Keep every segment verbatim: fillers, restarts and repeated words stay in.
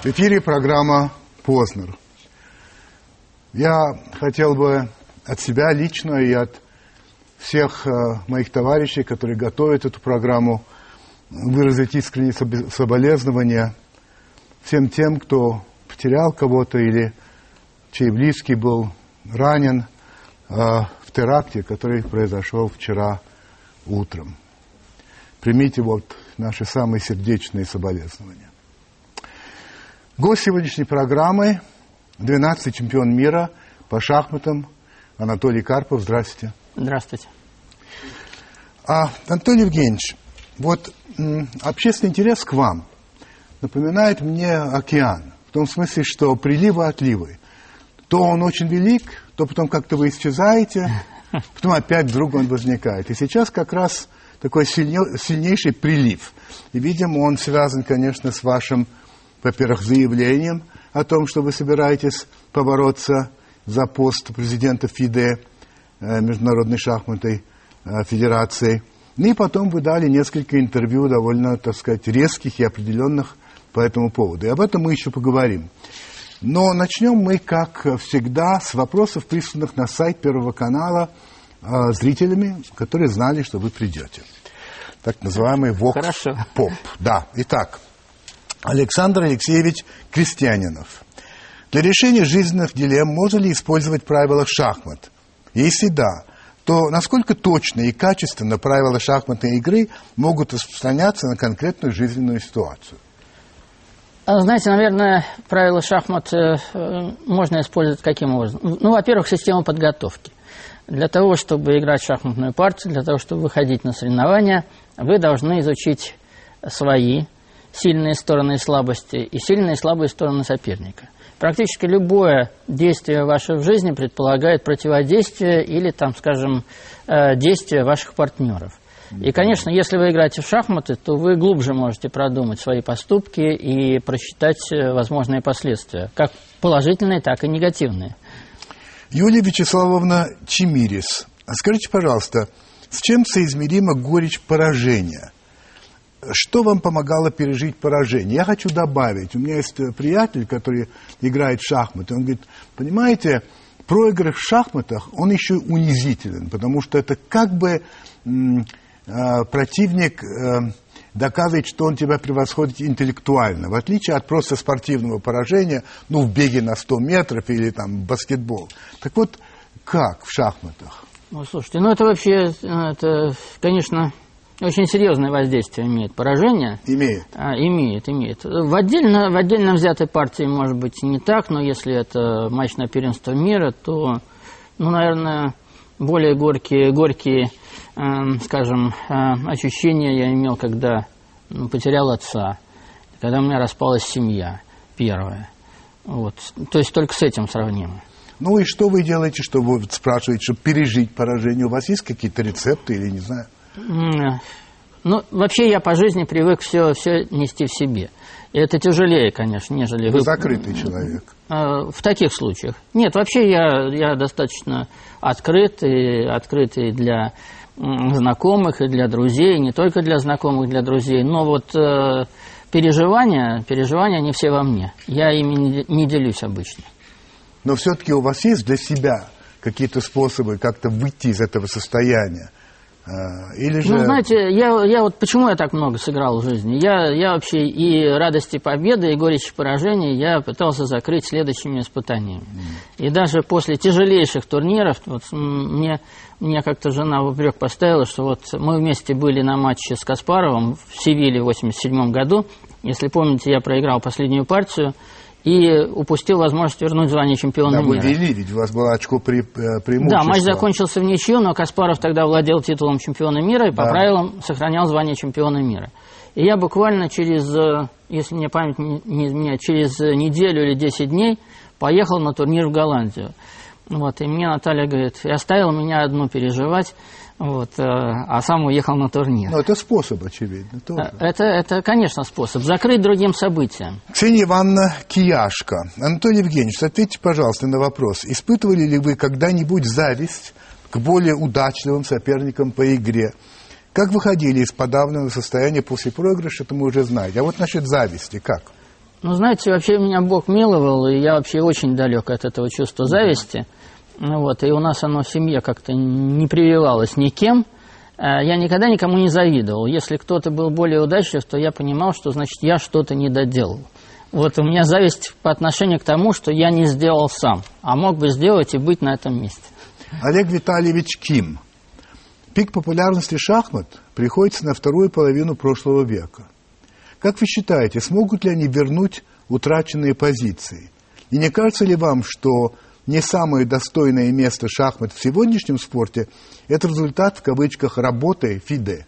В эфире программа «Познер». Я хотел бы от себя лично и от всех э, моих товарищей, которые готовят эту программу, выразить искренние соболезнования всем тем, кто потерял кого-то или чей близкий был ранен э, в теракте, который произошел вчера утром. Примите вот наши самые сердечные соболезнования. Гость сегодняшней программы – двенадцатый чемпион мира по шахматам Анатолий Карпов. Здравствуйте. Здравствуйте. А, Анатолий Евгеньевич, вот м, общественный интерес к вам напоминает мне океан. В том смысле, что приливы, отливы. То он очень велик, то потом как-то вы исчезаете, потом опять вдруг он возникает. И сейчас как раз такой сильней, сильнейший прилив. И, видимо, он связан, конечно, с вашим, во-первых, заявлением о том, что вы собираетесь побороться за пост президента ФИДЕ, Международной шахматной федерации. И потом вы дали несколько интервью довольно, так сказать, резких и определенных по этому поводу. И об этом мы еще поговорим. Но начнем мы, как всегда, с вопросов, присланных на сайт Первого канала э, зрителями, которые знали, что вы придете. Так называемый вокс-поп. Да, итак, Александр Алексеевич Крестьянинов. Для решения жизненных дилемм можно ли использовать правила шахмат? Если да, то насколько точно и качественно правила шахматной игры могут распространяться на конкретную жизненную ситуацию? Знаете, наверное, правила шахмат э, можно использовать каким образом? Ну, во-первых, система подготовки. Для того, чтобы играть в шахматную партию, для того, чтобы выходить на соревнования, вы должны изучить свои сильные стороны и слабости и сильные и слабые стороны соперника. Практически любое действие ваше в жизни предполагает противодействие или, там, скажем, действие ваших партнеров. И, конечно, если вы играете в шахматы, то вы глубже можете продумать свои поступки и просчитать возможные последствия, как положительные, так и негативные. Юлия Вячеславовна Чемирис, скажите, пожалуйста, с чем соизмерима горечь поражения? Что вам помогало пережить поражение? Я хочу добавить, у меня есть приятель, который играет в шахматы, он говорит, понимаете, проигрыш в шахматах, он еще унизителен, потому что это как бы м, э, противник э, доказывает, что он тебя превосходит интеллектуально, в отличие от просто спортивного поражения, ну, в беге на сто метров или там баскетбол. Так вот, как в шахматах? Ну, слушайте, ну это вообще, это, конечно... Очень серьезное воздействие имеет поражение. Имеет? А, имеет, имеет. В отдельно, в отдельно взятой партии, может быть, не так, но если это матч на первенство мира, то, ну, наверное, более горькие, горькие э, скажем, э, ощущения я имел, когда ну, потерял отца, когда у меня распалась семья первая. Вот. То есть только с этим сравнимо. Ну и что вы делаете, что вы спрашиваете, чтобы пережить поражение? У вас есть какие-то рецепты или не знаю? Ну, вообще я по жизни привык все, все нести в себе. И это тяжелее, конечно, нежели... Вы закрытый человек. В таких случаях. Нет, вообще я, я достаточно открытый, открытый для знакомых и для друзей, не только для знакомых, для друзей. Но вот э, переживания, переживания, они все во мне. Я ими не делюсь обычно. Но все-таки у вас есть для себя какие-то способы как-то выйти из этого состояния? Или же... Ну, знаете, я, я вот почему я так много сыграл в жизни? Я, я вообще и радости победы, и горечи поражений я пытался закрыть следующими испытаниями. Mm. И даже после тяжелейших турниров, вот мне, мне как-то жена в упрек поставила, что вот мы вместе были на матче с Каспаровым в Севиле в восемьдесят седьмом году. Если помните, я проиграл последнюю партию и упустил возможность вернуть звание чемпиона да, мира. Да, вы вели, ведь у вас было очко пре преимущества. Да, матч закончился в ничью, но Каспаров тогда владел титулом чемпиона мира и по да. правилам сохранял звание чемпиона мира. И я буквально через, если мне память не изменяет, через неделю или десять дней поехал на турнир в Голландию. Вот, и мне Наталья говорит, и оставила меня одну переживать. Вот, а сам уехал на турнир. Но это способ, очевидно, тоже. Это, это, конечно, способ. Закрыть другим событиям. Ксения Ивановна Кияшко. Анатолий Евгеньевич, ответьте, пожалуйста, на вопрос. Испытывали ли вы когда-нибудь зависть к более удачливым соперникам по игре? Как выходили из подавленного состояния после проигрыша, это мы уже знаем. А вот насчет зависти, как? Ну, знаете, вообще меня Бог миловал, и я вообще очень далек от этого чувства зависти. Ну, вот, и у нас оно в семье как-то не прививалось никем. Я никогда никому не завидовал. Если кто-то был более удачлив, то я понимал, что, значит, я что-то не доделал. Вот у меня зависть по отношению к тому, что я не сделал сам, а мог бы сделать и быть на этом месте. Олег Витальевич Ким. Пик популярности шахмат приходится на вторую половину прошлого века. Как вы считаете, смогут ли они вернуть утраченные позиции? И не кажется ли вам, что не самое достойное место шахмат в сегодняшнем спорте – это результат, в кавычках, работы ФИДЕ?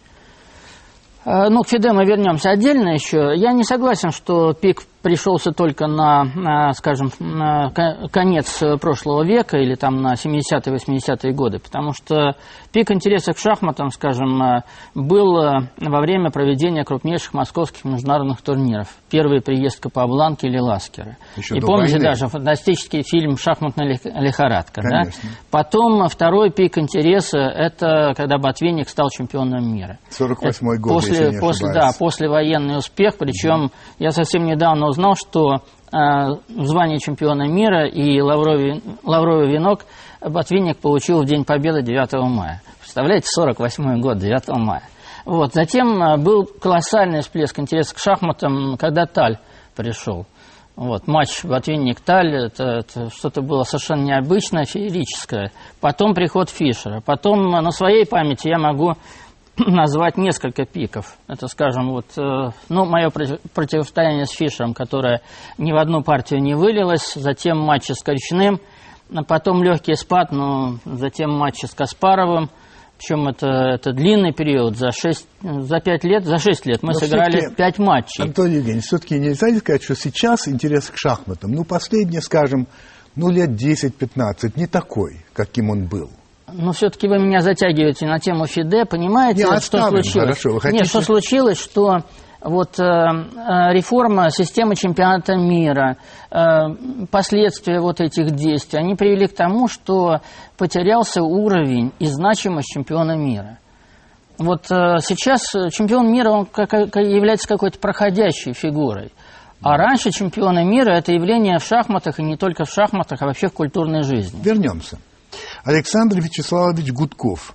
Ну, к ФИДЕ мы вернемся отдельно еще. Я не согласен, что пик пришелся только на, на, скажем, на конец прошлого века или там на семидесятые, восьмидесятые годы, потому что пик интереса к шахматам, скажем, был во время проведения крупнейших московских международных турниров. Первый приезд Капабланки или Ласкера. Еще и помните войны. Даже фантастический фильм «Шахматная лихорадка». Да? Потом второй пик интереса – это когда Ботвинник стал чемпионом мира. сорок восьмой год, после, если не после, да, послевоенный успех, причем mm-hmm. я совсем недавно узнал, что э, звание чемпиона мира и лавровый, лавровый венок Ботвинник получил в День Победы девятого мая. Представляете, сорок восьмой год, девятого мая. Вот. Затем э, был колоссальный всплеск интереса к шахматам, когда Таль пришел. Вот. Матч Ботвинник-Таль, это, это что-то было совершенно необычное, феерическое. Потом приход Фишера. Потом на своей памяти я могу назвать несколько пиков. Это, скажем, вот, э, ну, мое противостояние с Фишером, которое ни в одну партию не вылилось, затем матчи с Корчным, потом легкий спад, но затем матчи с Каспаровым. Причем это, это длинный период, за, шесть, за пять лет, за шесть лет мы но сыграли пять матчей. Антон Евгеньевич, все-таки нельзя сказать, что сейчас интерес к шахматам, ну, последние, скажем, ну, лет десять-пятнадцать, не такой, каким он был. Но все-таки вы меня затягиваете на тему ФИДЕ, понимаете, Не, что случилось? Хорошо, вы хотите... Нет, что случилось, что вот э, э, реформа системы чемпионата мира, э, последствия вот этих действий, они привели к тому, что потерялся уровень и значимость чемпиона мира. Вот э, сейчас чемпион мира, он как, как является какой-то проходящей фигурой. А раньше чемпионы мира – это явление в шахматах, и не только в шахматах, а вообще в культурной жизни. Вернемся. Александр Вячеславович Гудков,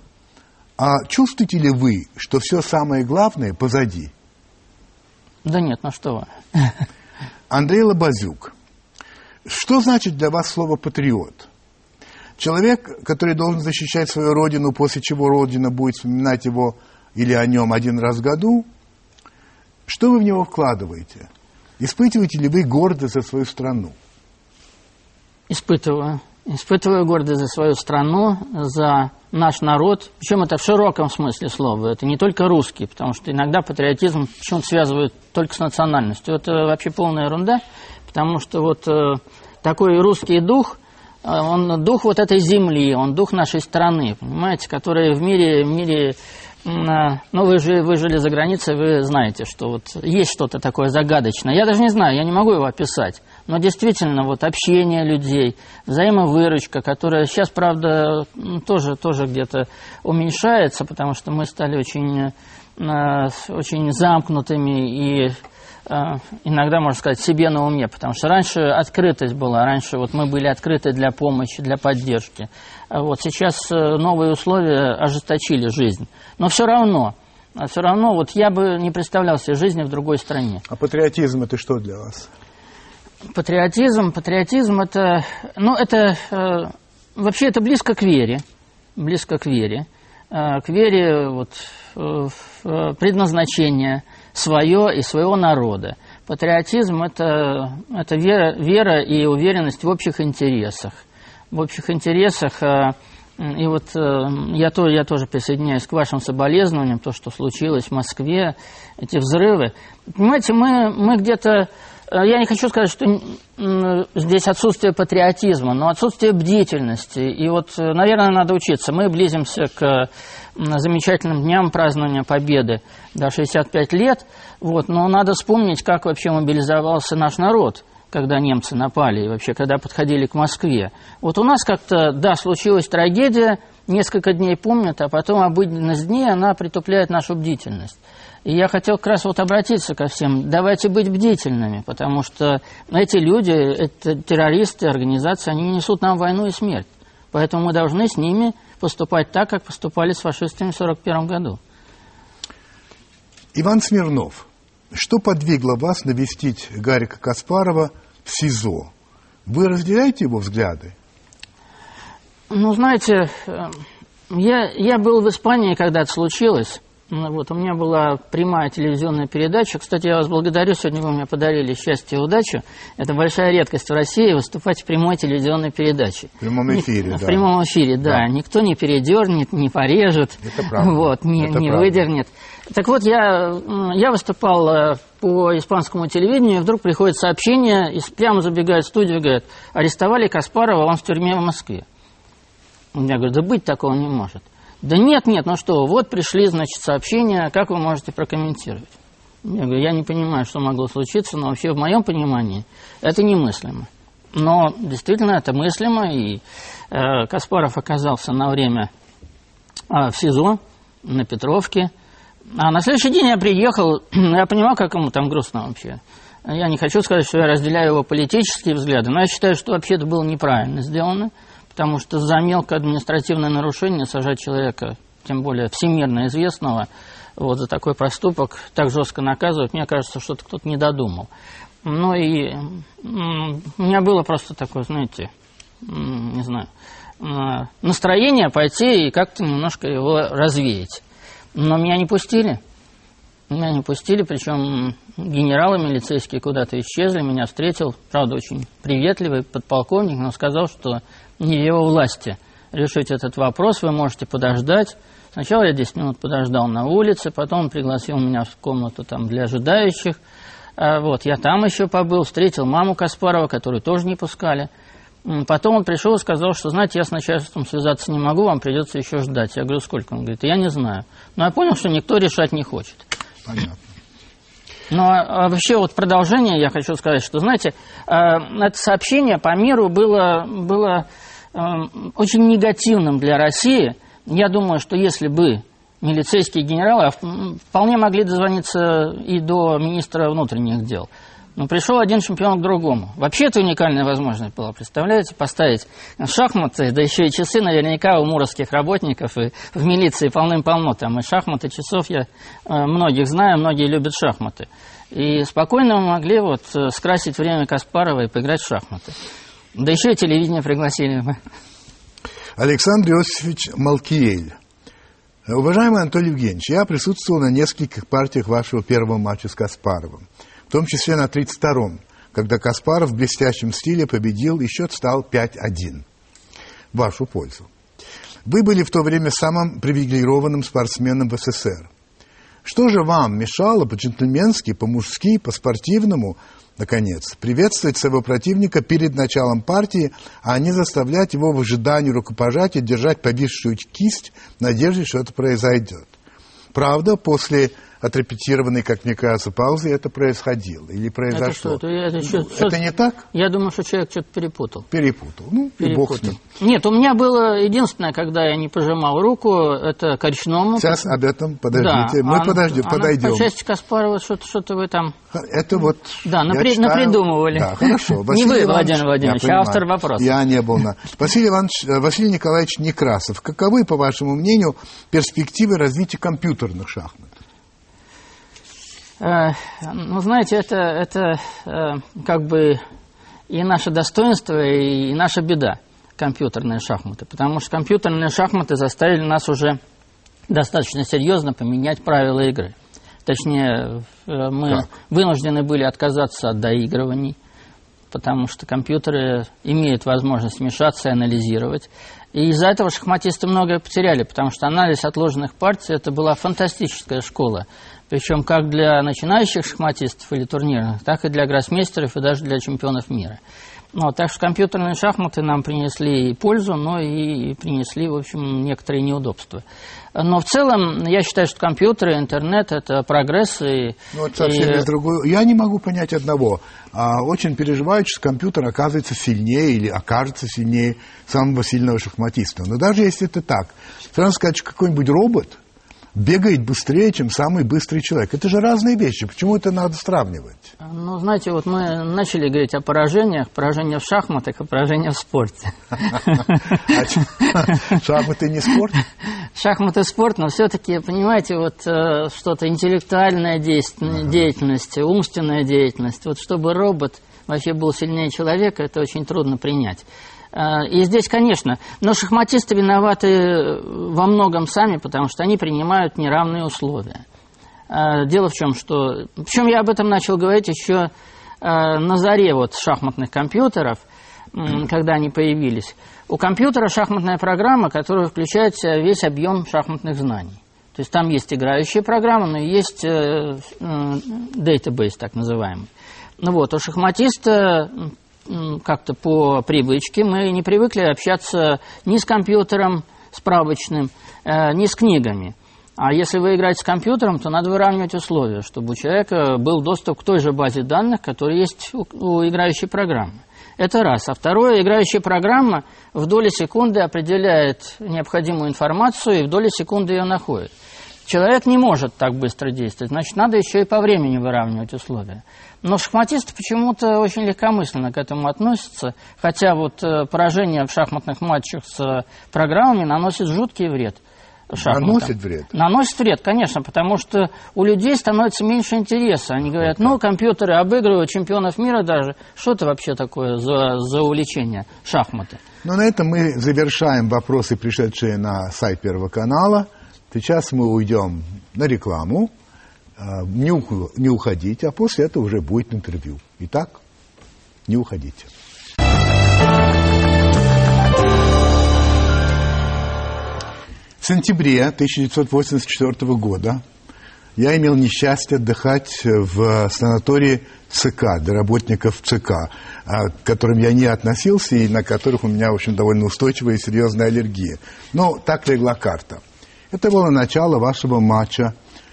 а чувствуете ли вы, что все самое главное позади? Да нет, ну что вы. Андрей Лобазюк. Что значит для вас слово «патриот»? Человек, который должен защищать свою родину, после чего родина будет вспоминать его или о нем один раз в году. Что вы в него вкладываете? Испытываете ли вы гордость за свою страну? Испытываю. Испытываю гордость за свою страну, за наш народ. Причем это в широком смысле слова. Это не только русский, потому что иногда патриотизм почему-то связывают только с национальностью. Это вообще полная ерунда, потому что вот э, такой русский дух, э, он дух вот этой земли, он дух нашей страны, понимаете, который в мире... В мире ну, вы же вы жили за границей, вы знаете, что вот есть что-то такое загадочное. Я даже не знаю, я не могу его описать. Но действительно, вот общение людей, взаимовыручка, которая сейчас, правда, тоже, тоже где-то уменьшается, потому что мы стали очень, очень замкнутыми и иногда, можно сказать, себе на уме, потому что раньше открытость была, раньше вот мы были открыты для помощи, для поддержки. Вот сейчас новые условия ожесточили жизнь. Но все равно, все равно вот я бы не представлял себе жизни в другой стране. А патриотизм это что для вас? Патриотизм, патриотизм это, ну это, э, вообще это близко к вере, близко к вере, э, к вере вот, э, в предназначение свое и своего народа. Патриотизм это, это вера, вера и уверенность в общих интересах. В общих интересах, э, и вот э, я, то, я тоже присоединяюсь к вашим соболезнованиям, то, что случилось в Москве, эти взрывы. Понимаете, мы, мы где-то, я не хочу сказать, что здесь отсутствие патриотизма, но отсутствие бдительности. И вот, наверное, надо учиться. Мы близимся к замечательным дням празднования Победы до шестьдесят пять лет, вот, но надо вспомнить, как вообще мобилизовался наш народ, когда немцы напали, и вообще, когда подходили к Москве. Вот у нас как-то, да, случилась трагедия, несколько дней помнят, а потом обыденность дней, она притупляет нашу бдительность. И я хотел как раз вот обратиться ко всем. Давайте быть бдительными, потому что эти люди, это террористы, организации, они несут нам войну и смерть. Поэтому мы должны с ними поступать так, как поступали с фашистами в сорок первом году. Иван Смирнов, что подвигло вас навестить Гарика Каспарова в СИЗО? Вы разделяете его взгляды? Ну, знаете, я, я был в Испании, когда это случилось. Вот, у меня была прямая телевизионная передача. Кстати, я вас благодарю, сегодня вы мне подарили счастье и удачу. Это большая редкость в России выступать в прямой телевизионной передаче. В прямом эфире, не, да. В прямом эфире, да. да. Никто не передернет, не порежет, Это правда. Вот, не, Это не правда. выдернет. Так вот, я, я выступал по испанскому телевидению, и вдруг приходит сообщение, и прямо забегает в студию и говорит: арестовали Каспарова, он в тюрьме в Москве. Я говорю: да быть такого не может. Да нет, нет, ну что, вот пришли, значит, сообщения, как вы можете прокомментировать? Я говорю: я не понимаю, что могло случиться, но вообще в моем понимании это немыслимо. Но действительно это мыслимо, и э, Каспаров оказался на время э, в СИЗО на Петровке. А на следующий день я приехал, я понимал, как ему там грустно вообще. Я не хочу сказать, что я разделяю его политические взгляды, но я считаю, что вообще это было неправильно сделано. Потому что за мелкое административное нарушение сажать человека, тем более всемирно известного, вот за такой проступок так жестко наказывать, мне кажется, что-то кто-то не додумал. Ну и у меня было просто такое, знаете, не знаю, настроение пойти и как-то немножко его развеять. Но меня не пустили. Меня не пустили, причем генералы милицейские куда-то исчезли. Меня встретил, правда, очень приветливый подполковник, но сказал, что не в его власти решить этот вопрос, вы можете подождать. Сначала я десять минут подождал на улице, потом он пригласил меня в комнату там для ожидающих. А вот, я там еще побыл, встретил маму Каспарова, которую тоже не пускали. Потом он пришел и сказал, что, знаете, я с начальством связаться не могу, вам придется еще ждать. Я говорю: сколько? Он говорит: я не знаю. Но я понял, что никто решать не хочет. Понятно. Ну, а вообще, вот продолжение я хочу сказать, что, знаете, это сообщение по миру было, было очень негативным для России. Я думаю, что если бы милицейские генералы вполне могли дозвониться и до министра внутренних дел. Но пришел один чемпион к другому. Вообще это уникальная возможность была, представляете, поставить шахматы, да еще и часы наверняка у муровских работников, и в милиции полным-полно там и шахматы, часов я многих знаю, многие любят шахматы. И спокойно мы могли вот скрасить время Каспарова и поиграть в шахматы. Да еще и телевидение пригласили бы. Александр Иосифович Малкиэль. Уважаемый Анатолий Евгеньевич, я присутствовал на нескольких партиях вашего первого матча с Каспаровым. В том числе на тридцать втором, когда Каспаров в блестящем стиле победил, и счет стал пять один в вашу пользу. Вы были в то время самым привилегированным спортсменом в СССР. Что же вам мешало по-джентльменски, по-мужски, по-спортивному, наконец, приветствовать своего противника перед началом партии, а не заставлять его в ожидании рукопожатия держать повисшую кисть в надежде, что это произойдет? Правда, после отрепетированной, как мне кажется, паузы это происходило или произошло. Это, что, это, это, ну, что, это не так? Я думаю, что человек что-то перепутал. Перепутал. Ну, и бог с ним. Нет, у меня было единственное, когда я не пожимал руку, это Коричному. Сейчас об этом подождите. Да, Мы а, подождем, а подойдем. По части Каспарова что-то, что-то вы там... Это вот... Да, напри... читаю... напридумывали. Да, хорошо. Не вы, Владимир Владимирович, а автор вопроса. Я не был на... Василий Иванович, Василий Николаевич Некрасов, каковы, по вашему мнению, перспективы развития компьютерных шахмат? Ну, знаете, это, это как бы и наше достоинство, и наша беда, компьютерные шахматы. Потому что компьютерные шахматы заставили нас уже достаточно серьезно поменять правила игры. Точнее, мы как? вынуждены были отказаться от доигрываний, потому что компьютеры имеют возможность вмешаться и анализировать. И из-за этого шахматисты многое потеряли, потому что анализ отложенных партий – это была фантастическая школа. Причем как для начинающих шахматистов или турнирных, так и для гроссмейстеров и даже для чемпионов мира. Ну, так что компьютерные шахматы нам принесли и пользу, но и принесли, в общем, некоторые неудобства. Но в целом, я считаю, что компьютеры, интернет – это прогресс. И, ну, это совсем и... из другой. Я не могу понять одного. А, очень переживают, что компьютер оказывается сильнее или окажется сильнее самого сильного шахматиста. Но даже если это так, сразу сказать, что какой-нибудь робот бегает быстрее, чем самый быстрый человек. Это же разные вещи. Почему это надо сравнивать? Ну, знаете, вот мы начали говорить о поражениях. Поражения в шахматах, а поражения в спорте. Шахматы не спорт? Шахматы спорт, но все-таки, понимаете, вот что-то интеллектуальная деятельность, умственная деятельность. Вот чтобы робот вообще был сильнее человека, это очень трудно принять. И здесь, конечно, но шахматисты виноваты во многом сами, потому что они принимают неравные условия. Дело в чем, что... Причем я об этом начал говорить еще на заре вот шахматных компьютеров, когда они появились. У компьютера шахматная программа, которая включает в себя весь объем шахматных знаний. То есть там есть играющая программа, но есть database, так называемый. Ну вот, у шахматиста... как-то по привычке мы не привыкли общаться ни с компьютером справочным, э, ни с книгами. А если вы играете с компьютером, то надо выравнивать условия, чтобы у человека был доступ к той же базе данных, которая есть у, у играющей программы. Это раз. А второе, играющая программа в доли секунды определяет необходимую информацию и в доли секунды ее находит. Человек не может так быстро действовать, значит, надо еще и по времени выравнивать условия. Но шахматисты почему-то очень легкомысленно к этому относятся, хотя вот э, поражение в шахматных матчах с программами наносит жуткий вред шахматам. Наносит вред? Наносит вред, конечно, потому что у людей становится меньше интереса. Они говорят, ну, компьютеры обыгрывают чемпионов мира даже. Что это вообще такое за, за увлечение шахматы? Ну, на этом мы завершаем вопросы, пришедшие на сайт Первого канала. Сейчас мы уйдем на рекламу, не, ух, не уходите, а после этого уже будет интервью. Итак, не уходите. В сентябре тысяча девятьсот восемьдесят четвёртого года я имел несчастье отдыхать в санатории ЦК, для работников ЦК, к которым я не относился и на которых у меня, в общем, довольно устойчивая и серьезная аллергия. Но так легла карта. Это было начало вашего матча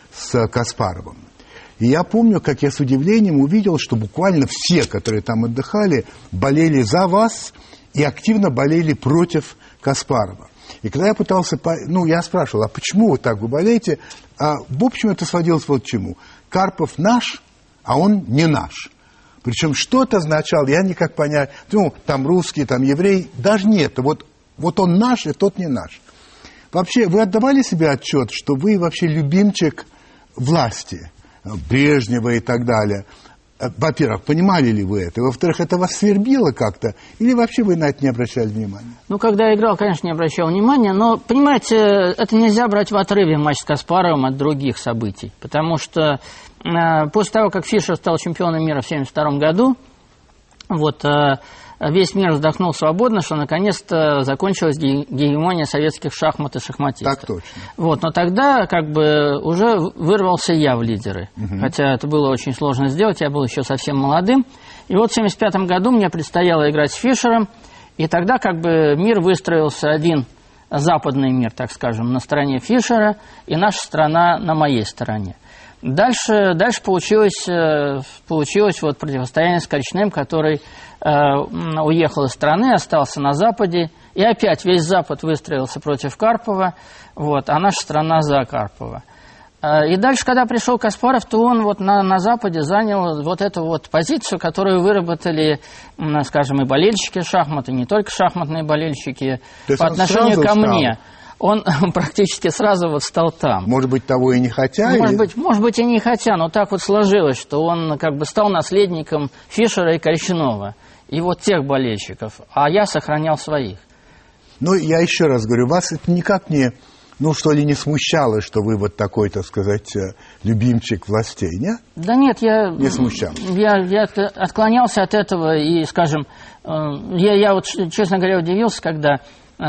с Каспаровым. И я помню, как я с удивлением увидел, что буквально все, которые там отдыхали, болели за вас и активно болели против Каспарова. И когда я пытался... Ну, я спрашивал, а почему вот так вы болеете? А, в общем, это сводилось вот к чему. Карпов наш, а он не наш. Причем что это означало, я никак понять. Ну, там русский, там еврей. Даже нет. Вот, вот он наш, и тот не наш. Вообще, вы отдавали себе отчет, что вы вообще любимчик власти, Брежнева и так далее? Во-первых, понимали ли вы это? Во-вторых, это вас свербило как-то? Или вообще вы на это не обращали внимания? Ну, когда я играл, конечно, не обращал внимания, но, понимаете, это нельзя брать в отрыве матч с Каспаровым от других событий, потому что э, после того, как Фишер стал чемпионом мира в тысяча девятьсот семьдесят втором году, вот... Э, весь мир вздохнул свободно, что наконец-то закончилась гегемония советских шахмат и шахматистов. Так точно. Вот, но тогда как бы уже вырвался я в лидеры. Угу. Хотя это было очень сложно сделать, я был еще совсем молодым. И вот в семьдесят пятом году мне предстояло играть с Фишером, и тогда как бы мир выстроился один, западный мир, так скажем, на стороне Фишера, и наша страна на моей стороне. Дальше, дальше получилось, получилось вот противостояние с Корчным, который э, уехал из страны, остался на Западе. И опять весь Запад выстроился против Карпова, вот, а наша страна за Карпова. Э, и дальше, когда пришел Каспаров, то он вот на, на Западе занял вот эту вот позицию, которую выработали, скажем, и болельщики шахмат, и не только шахматные болельщики, по отношению ко мне. Он практически сразу вот стал там. Может быть, того и не хотя? Может, или... быть, может быть, и не хотя, но так вот сложилось, что он как бы стал наследником Фишера и Корчнова, и вот тех болельщиков, а я сохранял своих. Ну, я еще раз говорю, вас это никак не, ну, что ли, не смущало, что вы вот такой, так сказать, любимчик властей, не? Да нет, я... Не смущал. Я, я отклонялся от этого, и, скажем, я, я вот, честно говоря, удивился, когда...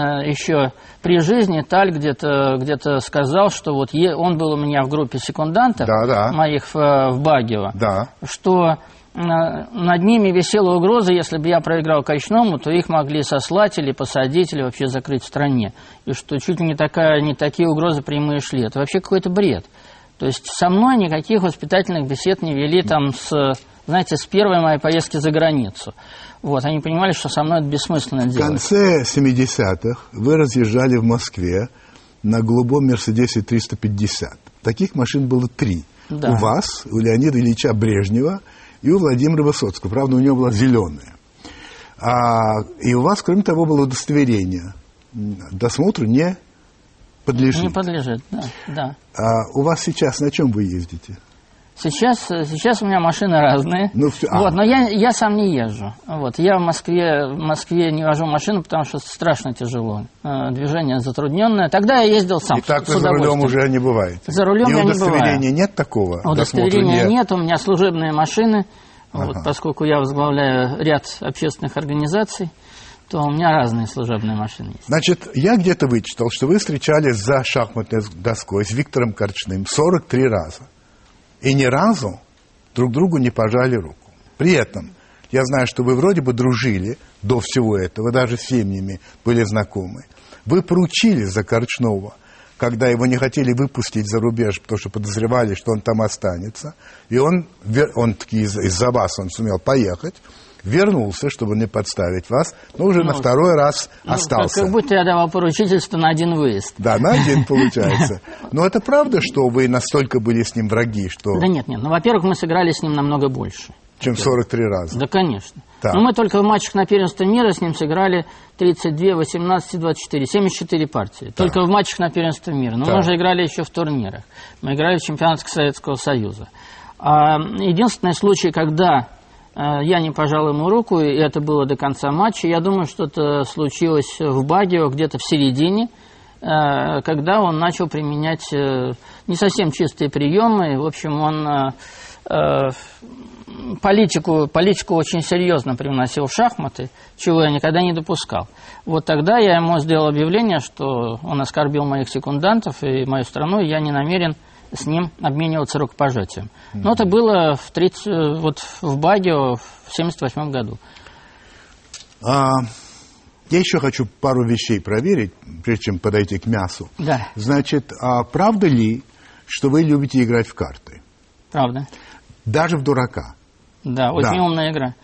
еще при жизни Таль где-то где-то сказал, что вот е, он был у меня в группе секундантов, да, да. моих в, в Багио, да. что над ними висела угроза, если бы я проиграл Кочному, то их могли сослать или посадить, или вообще закрыть в стране. И что чуть ли не, такая, не такие угрозы прямые шли. Это вообще какой-то бред. То есть со мной никаких воспитательных бесед не вели там с, знаете, с первой моей поездки за границу. Вот, они понимали, что со мной это бессмысленно делать. В конце семидесятых вы разъезжали в Москве на голубом Мерседесе триста пятьдесят. Таких машин было три. Да. У вас, у Леонида Ильича Брежнева и у Владимира Высоцкого. Правда, у него была зеленая. А, и у вас, кроме того, было удостоверение. Досмотру не подлежит. Не подлежит, да. да. А у вас сейчас на чем вы ездите? Сейчас, сейчас у меня машины разные. Ну, а. вот, но я, я сам не езжу. Вот, я в Москве, в Москве не вожу машину, потому что страшно тяжело. Движение затрудненное. Тогда я ездил сам. И так вы за рулем уже не бываете? За рулем и я не бываю. Удостоверения нет такого? Удостоверения нет, у меня служебные машины. Ага. Вот, поскольку я возглавляю ряд общественных организаций, то у меня разные служебные машины есть. Значит, я где-то вычитал, что вы встречались за шахматной доской с Виктором Корчным сорок три раза. И ни разу друг другу не пожали руку. При этом я знаю, что вы вроде бы дружили до всего этого, даже с семьями были знакомы. Вы поручились за Корчнова, когда его не хотели выпустить за рубеж, потому что подозревали, что он там останется. И он, он таки из- из-за вас он сумел поехать, вернулся, чтобы не подставить вас, но уже ну, на второй раз ну, остался. Как, как будто я давал поручительство на один выезд. Да, на один получается. Но это правда, что вы настолько были с ним враги, что... Да нет, нет. Ну, во-первых, мы сыграли с ним намного больше. Чем сорок три раза. Да, конечно. Так. Но мы только в матчах на первенство мира с ним сыграли тридцать два, восемнадцать и двадцать четыре. семьдесят четыре партии. Так. Только в матчах на первенство мира. Но так. мы же играли еще в турнирах. Мы играли в чемпионатах Советского Союза. А единственный случай, когда... я не пожал ему руку, и это было до конца матча. Я думаю, что это случилось в Багио, где-то в середине, когда он начал применять не совсем чистые приемы. В общем, он политику, политику очень серьезно привносил в шахматы, чего я никогда не допускал. Вот тогда я ему сделал объявление, что он оскорбил моих секундантов и мою страну, и я не намерен с ним обмениваться рукопожатием. Но это было в, тридцать, вот в Багио в семьдесят восьмом году. А, я еще хочу пару вещей проверить, прежде чем подойти к мясу. Да. Значит, а правда ли, что вы любите играть в карты? Правда. Даже в дурака? Да, очень да. умная игра.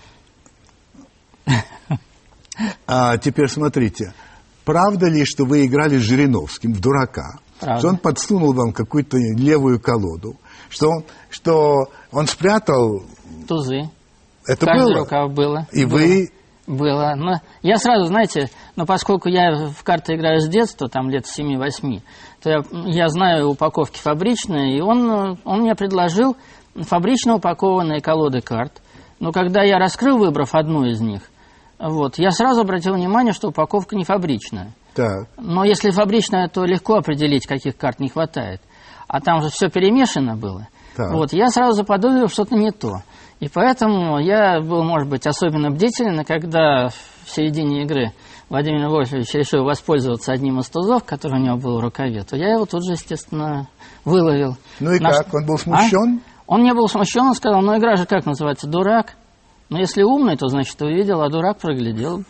А теперь смотрите. Правда ли, что вы играли с Жириновским в дурака? Правда. Что он подсунул вам какую-то левую колоду, что он, что он спрятал... Тузы. Это Каждый было? рукав было. И было. вы... Было. Но я сразу, знаете, ну, поскольку я в карты играю с детства, там лет семи-восьми, то я, я знаю упаковки фабричные, и он, он мне предложил фабрично упакованные колоды карт. Но когда я раскрыл, выбрав одну из них, вот, я сразу обратил внимание, что упаковка не фабричная. Так. Но если фабричная, то легко определить, каких карт не хватает. А там же все перемешано было. Так. Вот, я сразу заподозрил что-то не то. И поэтому я был, может быть, особенно бдителен, когда в середине игры Владимир Вольфович решил воспользоваться одним из тузов, который у него был в рукаве, то я его тут же, естественно, выловил. Ну и Наш... как? Он был смущен? А? Он не был смущен, он сказал, ну игра же как называется, дурак. Но если умный, то, значит, увидел, а дурак проглядел.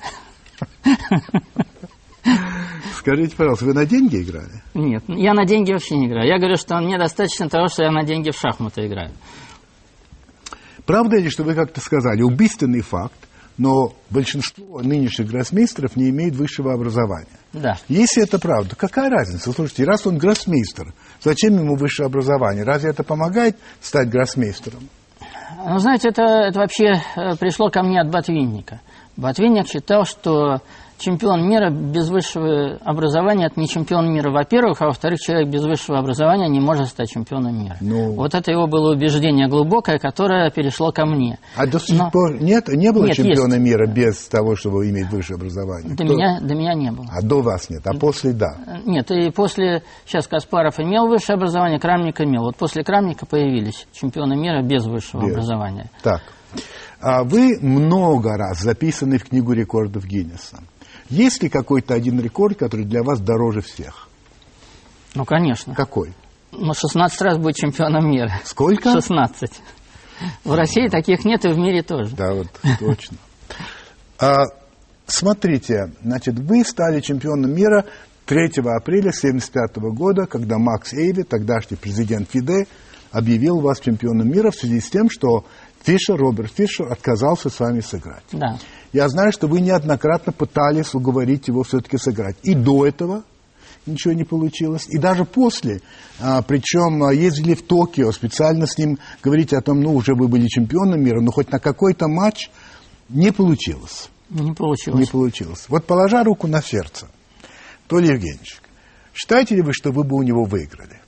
Скажите, пожалуйста, вы на деньги играли? Нет, я на деньги вообще не играю. Я говорю, что мне достаточно того, что я на деньги в шахматы играю. Правда ли, что вы как-то сказали, убийственный факт, но большинство нынешних гроссмейстеров не имеет высшего образования? Да. Если это правда, какая разница? Слушайте, раз он гроссмейстер, зачем ему высшее образование? Разве это помогает стать гроссмейстером? Ну, знаете, это, это вообще пришло ко мне от Ботвинника. Ботвинник считал, что чемпион мира без высшего образования – это не чемпион мира, во-первых, а во-вторых, человек без высшего образования не может стать чемпионом мира. Ну... Вот это его было убеждение глубокое, которое перешло ко мне. А до сих Но... пор нет, не было нет, чемпиона есть. мира без того, чтобы иметь высшее образование? До меня, до меня не было. А до вас нет, а после да? Нет, и после, сейчас Каспаров имел высшее образование, Крамник имел. Вот после Крамника появились чемпионы мира без высшего без. образования. Так, а вы много раз записаны в книгу рекордов Гиннесса. Есть ли какой-то один рекорд, который для вас дороже всех? Ну, конечно. Какой? Ну, шестнадцать раз быть чемпионом мира. Сколько? шестнадцать. В России таких нет, и в мире тоже. Да, вот точно. А, смотрите, значит, вы стали чемпионом мира третьего апреля тысяча девятьсот семьдесят пятого года, когда Макс Эйви, тогдашний президент ФИДЕ, объявил вас чемпионом мира в связи с тем, что Фишер, Роберт Фишер отказался с вами сыграть. Да. Я знаю, что вы неоднократно пытались уговорить его все-таки сыграть. И до этого ничего не получилось, и даже после. А, причем ездили в Токио, специально с ним говорить о том, ну, уже вы были чемпионом мира, но хоть на какой-то матч не получилось. Не получилось. Не получилось. Вот положа руку на сердце, Анатолий Евгеньевич, считаете ли вы, что вы бы у него выиграли?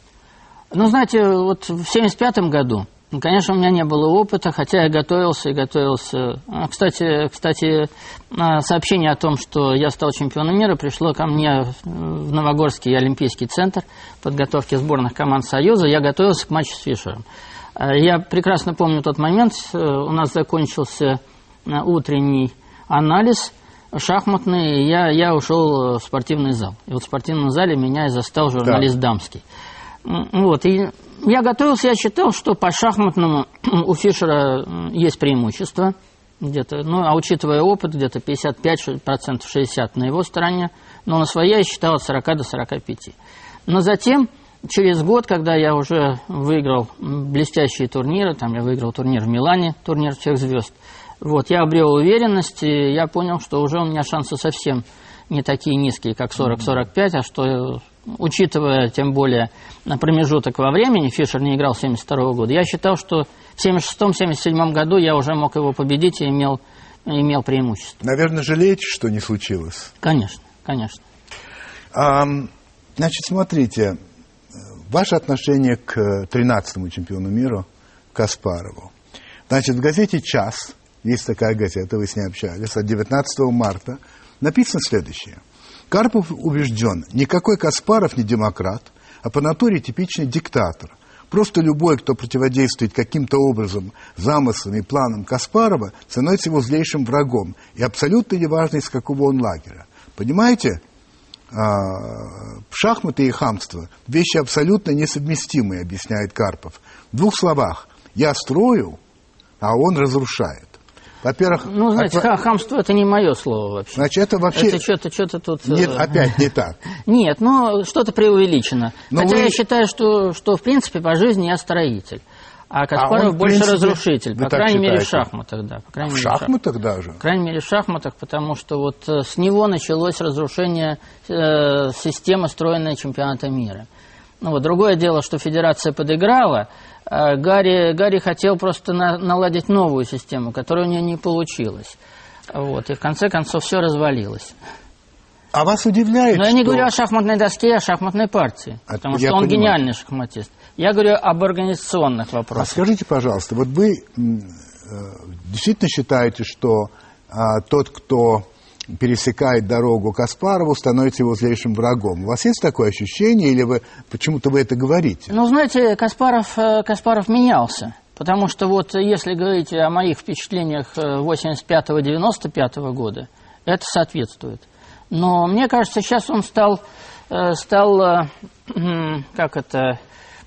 Ну, знаете, вот в семьдесят пятом году, конечно, у меня не было опыта, хотя я готовился и готовился. Кстати, кстати, сообщение о том, что я стал чемпионом мира, пришло ко мне в Новогорский олимпийский центр подготовки сборных команд Союза. Я готовился к матчу с Фишером. Я прекрасно помню тот момент. У нас закончился утренний анализ шахматный, и я, я ушел в спортивный зал. И вот в спортивном зале меня и застал журналист да. Дамский. Вот, и я готовился, я считал, что по шахматному у Фишера есть преимущество, где-то, ну, а учитывая опыт, где-то пятьдесят пять процентов, шестьдесят процентов на его стороне, но на своей я считал от сорока до сорока пяти. Но затем, через год, когда я уже выиграл блестящие турниры, там я выиграл турнир в Милане, турнир всех звезд, вот, я обрел уверенность, и я понял, что уже у меня шансы совсем не такие низкие, как сорок - сорок пять, а что, учитывая тем более промежуток во времени, Фишер не играл с семьдесят второго года, я считал, что в семьдесят шестом - семьдесят седьмом году я уже мог его победить и имел, имел преимущество. Наверное, жалеете, что не случилось? Конечно, конечно. А, значит, смотрите, ваше отношение к тринадцатому чемпиону мира Каспарову. Значит, в газете «Час», есть такая газета, вы с ней общались, от девятнадцатого марта, написано следующее. Карпов убежден, никакой Каспаров не демократ, а по натуре типичный диктатор. Просто любой, кто противодействует каким-то образом замыслам и планам Каспарова, становится его злейшим врагом. И абсолютно неважно, из какого он лагеря. Понимаете? А, шахматы и хамство – вещи абсолютно несовместимые, объясняет Карпов. В двух словах. Я строю, а он разрушает. Во-первых... Ну, знаете, от... хамство – это не мое слово вообще. Значит, это вообще... Это что-то, что-то тут... Нет, опять не так. Нет, ну, что-то преувеличено. Но Хотя вы... я считаю, что, что, в принципе, по жизни я строитель. А Каспаров а больше принципе, разрушитель. По крайней мере, в шахматах, да. По крайней в мере, шахматах шах... даже? По крайней мере, в шахматах, потому что вот с него началось разрушение э, системы, стройной чемпионата мира. Ну, вот, другое дело, что федерация подыграла. Гарри, Гарри хотел просто на, наладить новую систему, которая у нее не получилась. Вот, и в конце концов все развалилось. А вас удивляет, Но что... я не говорю о шахматной доске, а о шахматной партии. А, потому что он понимаю. Гениальный шахматист. Я говорю об организационных вопросах. А скажите, пожалуйста, вот вы э, действительно считаете, что э, тот, кто пересекает дорогу Каспарову, становится его злейшим врагом. У вас есть такое ощущение, или вы почему-то вы это говорите? Ну, знаете, Каспаров, Каспаров менялся. Потому что вот если говорить о моих впечатлениях восемьдесят пятого - девяносто пятого года, это соответствует. Но мне кажется, сейчас он стал, стал как это...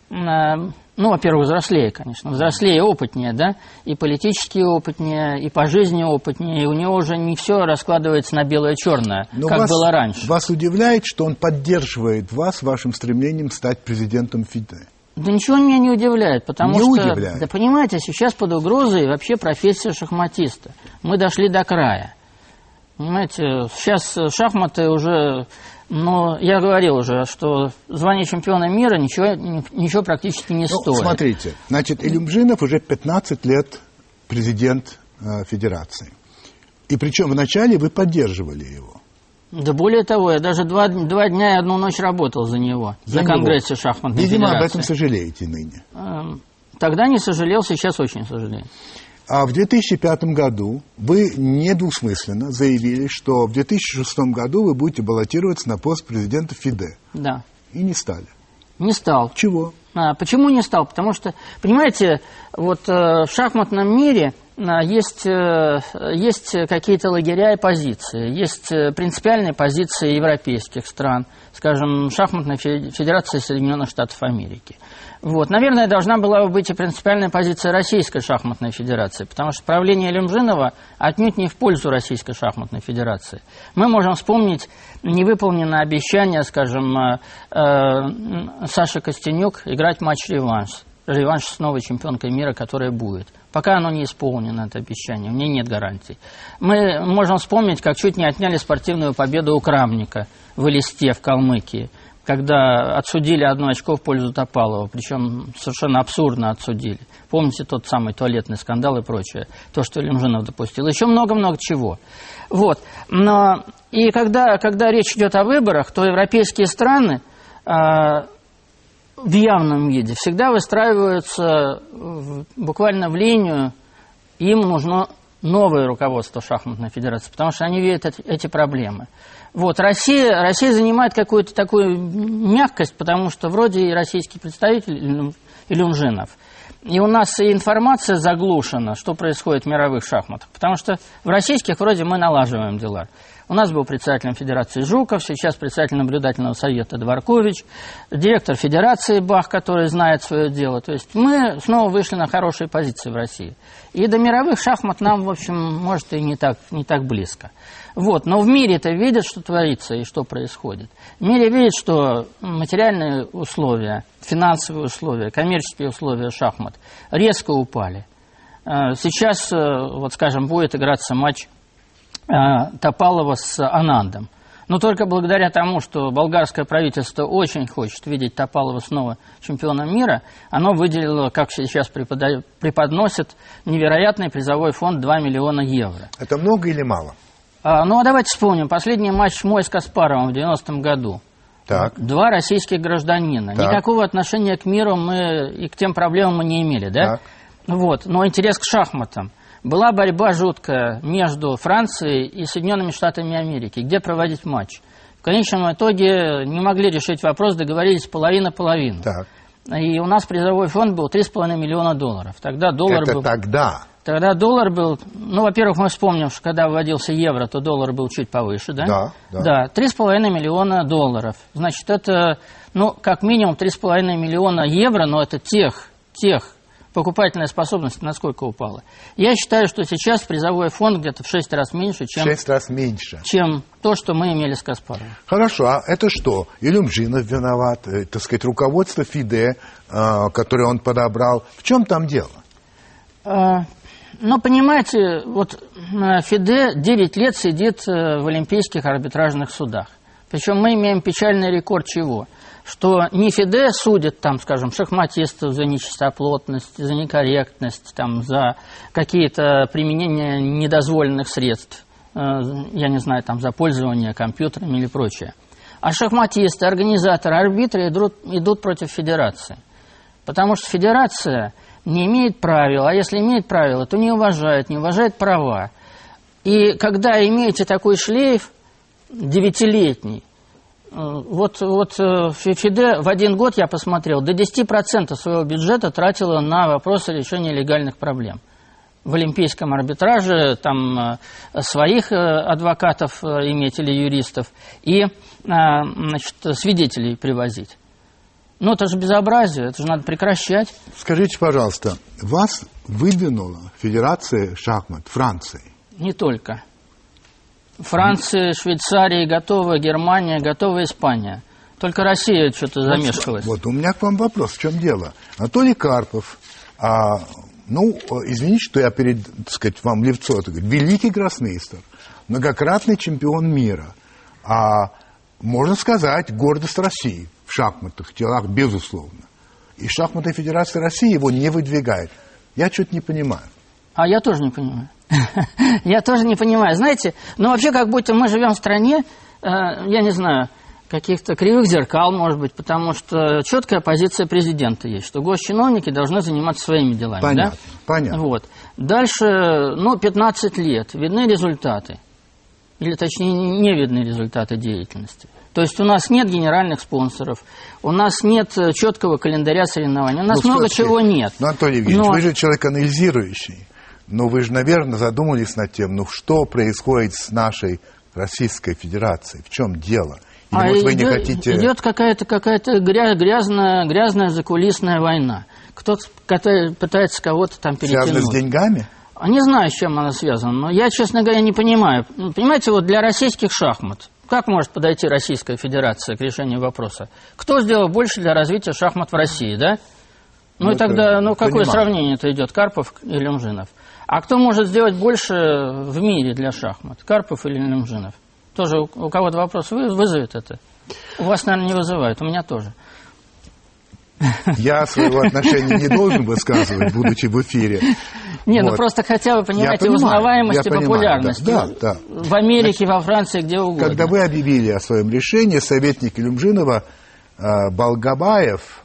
Ну, во-первых, взрослее, конечно. Взрослее, опытнее, да? И политически опытнее, и по жизни опытнее. И у него уже не все раскладывается на белое-черное, как вас, было раньше. Вас удивляет, что он поддерживает вас вашим стремлением стать президентом ФИДЕ? Да ничего меня не удивляет, потому не что... удивляет. Да понимаете, сейчас под угрозой вообще профессия шахматиста. Мы дошли до края. Понимаете, сейчас шахматы уже... Но я говорил уже, что звание чемпиона мира ничего, ничего практически не ну, стоит. Смотрите, значит, Илюмжинов уже пятнадцать лет президент э, Федерации. И причем вначале вы поддерживали его. Да более того, я даже два, два дня и одну ночь работал за него, за на него. Конгрессе шахматной Видимо, федерации. об этом сожалеете ныне. Тогда не сожалел, сейчас очень сожалею. А в две тысячи пятом году вы недвусмысленно заявили, что в две тысячи шестом году вы будете баллотироваться на пост президента ФИДЕ. Да. И не стали. Не стал. Чего? А, почему не стал? Потому что, понимаете, вот э, в шахматном мире есть, есть какие-то лагеря и позиции, есть принципиальные позиции европейских стран, скажем, шахматной федерации Соединенных Штатов Америки. Вот. Наверное, должна была бы быть и принципиальная позиция Российской шахматной федерации, потому что правление Илюмжинова отнюдь не в пользу Российской шахматной федерации. Мы можем вспомнить невыполненное обещание, скажем, Саши Костенюк играть матч-реванш. Реванш с новой чемпионкой мира, которая будет. Пока оно не исполнено, это обещание, у меня нет гарантий. Мы можем вспомнить, как чуть не отняли спортивную победу у Крамника в Элисте, в Калмыкии, когда отсудили одно очко в пользу Топалова, причем совершенно абсурдно отсудили. Помните тот самый туалетный скандал и прочее, то, что Илюмжинов допустил. Еще много-много чего. Вот. Но, и когда, когда речь идет о выборах, то европейские страны э, в явном виде всегда выстраиваются в, буквально в линию, им нужно новое руководство шахматной федерации, потому что они видят эти, эти проблемы. Вот, Россия, Россия занимает какую-то такую мягкость, потому что вроде и российский представитель Илюмжинов, и у нас и информация заглушена, что происходит в мировых шахматах, потому что в российских вроде мы налаживаем дела. У нас был председателем Федерации Жуков, сейчас председатель наблюдательного совета Дворкович, директор Федерации Бах, который знает свое дело. То есть мы снова вышли на хорошие позиции в России. И до мировых шахмат нам, в общем, может и не так, не так близко. Вот. Но в мире-то видят, что творится и что происходит. В мире видят, что материальные условия, финансовые условия, коммерческие условия шахмат резко упали. Сейчас, вот скажем, будет играться матч Топалова с Анандом. Но только благодаря тому, что болгарское правительство очень хочет видеть Топалова снова чемпионом мира, оно выделило, как сейчас преподносит, невероятный призовой фонд два миллиона евро. Это много или мало? А, ну, а давайте вспомним. Последний матч мой с Каспаровым в девяностом году. Так. Два российских гражданина. Так. Никакого отношения к миру мы и к тем проблемам мы не имели, да? Так. Вот. Но интерес к шахматам. Была борьба жуткая между Францией и Соединенными Штатами Америки. Где проводить матч? В конечном итоге не могли решить вопрос, договорились половина-половина. Так. И у нас призовой фонд был три с половиной миллиона долларов. Тогда доллар Это был... тогда? Тогда доллар был... Ну, во-первых, мы вспомним, что когда вводился евро, то доллар был чуть повыше, да? Да, да. Да, три с половиной миллиона долларов. Значит, это, ну, как минимум три с половиной миллиона евро, но это тех, тех... Покупательная способность насколько упала? Я считаю, что сейчас призовой фонд где-то в шесть раз меньше, чем, шесть раз меньше. чем то, что мы имели с Каспаровым. Хорошо, а это что? Илюмжинов виноват, э, так сказать, руководство ФИДЕ, э, которое он подобрал. В чем там дело? А, ну, понимаете, вот ФИДЕ девять лет сидит в олимпийских арбитражных судах. Причем мы имеем печальный рекорд чего? Что не ФИДЕ судит, там, скажем, шахматистов за нечистоплотность, за некорректность, там, за какие-то применения недозволенных средств, э, я не знаю, там, за пользование компьютерами или прочее. А шахматисты, организаторы, арбитры идут, идут против федерации. Потому что федерация не имеет правил, а если имеет правила, то не уважает, не уважает права. И когда имеете такой шлейф девятилетний, Вот, вот ФИДЕ в один год, я посмотрел, до десяти процентов своего бюджета тратила на вопросы решения легальных проблем. В олимпийском арбитраже там своих адвокатов иметь или юристов и, значит, свидетелей привозить. Ну, это же безобразие, это же надо прекращать. Скажите, пожалуйста, вас выдвинула Федерация шахмат Франции? Не только. Франция, Швейцария готова, Германия готова, Испания. Только Россия что-то замешкалась. Вот, вот у меня к вам вопрос. В чем дело? Анатолий Карпов, а, ну, извините, что я перед, так сказать, вам лицо, так сказать, великий гроссмейстер, многократный чемпион мира, а, можно сказать, гордость России в шахматных делах, безусловно. И шахматная федерация России его не выдвигает. Я что-то не понимаю. А я тоже не понимаю. Я тоже не понимаю. Знаете, ну вообще как будто мы живем в стране, я не знаю, каких-то кривых зеркал, может быть, потому что четкая позиция президента есть, что госчиновники должны заниматься своими делами. Понятно, да? понятно. Вот. Дальше, ну, пятнадцать лет, видны результаты. Или, точнее, не видны результаты деятельности. То есть у нас нет генеральных спонсоров, у нас нет четкого календаря соревнований, у нас ну, много чего нет. Ну, Анатолий Евгеньевич, Но... вы же человек анализирующий. Но вы же, наверное, задумались над тем, ну что происходит с нашей Российской Федерацией, в чем дело? Или, а может, вы идет, не хотите... идет какая-то какая-то грязная, грязная закулисная война. Кто-то пытается кого-то там перетянуть. Связано с деньгами? Не знаю, с чем она связана, но я, честно говоря, не понимаю. Понимаете, вот для российских шахмат, как может подойти Российская Федерация к решению вопроса? Кто сделал больше для развития шахмат в России, да? Ну, ну и тогда, ну, какое понимаю. Сравнение-то идет, Карпов или Лемжинов? А кто может сделать больше в мире для шахмат, Карпов или Лемжинов? Тоже у, у кого-то вопрос вызовет это? У вас, наверное, не вызывает, у меня тоже. Я своего отношения не должен высказывать, будучи в эфире. Не, вот. Ну просто хотя бы понимаете узнаваемость и популярность. Да, да, да. В Америке, значит, во Франции, где угодно. Когда вы объявили о своем решении, советник Лемжинова э, Балгабаев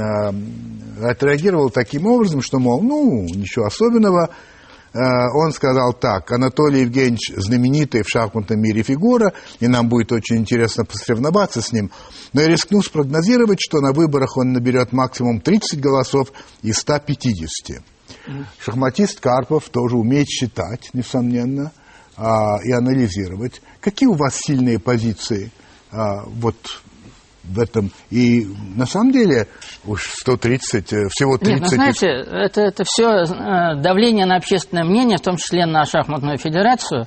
э, отреагировал таким образом, что, мол, ну, ничего особенного. Э, он сказал так: Анатолий Евгеньевич знаменитый в шахматном мире фигура, и нам будет очень интересно посоревноваться с ним. Но я рискну спрогнозировать, что на выборах он наберет максимум тридцать голосов из ста пятидесяти. Шахматист Карпов тоже умеет считать, несомненно, а, и анализировать. Какие у вас сильные позиции а, вот в этом? И на самом деле уж сто тридцать, всего тридцать... Нет, ну, знаете, это, это все давление на общественное мнение, в том числе на шахматную федерацию.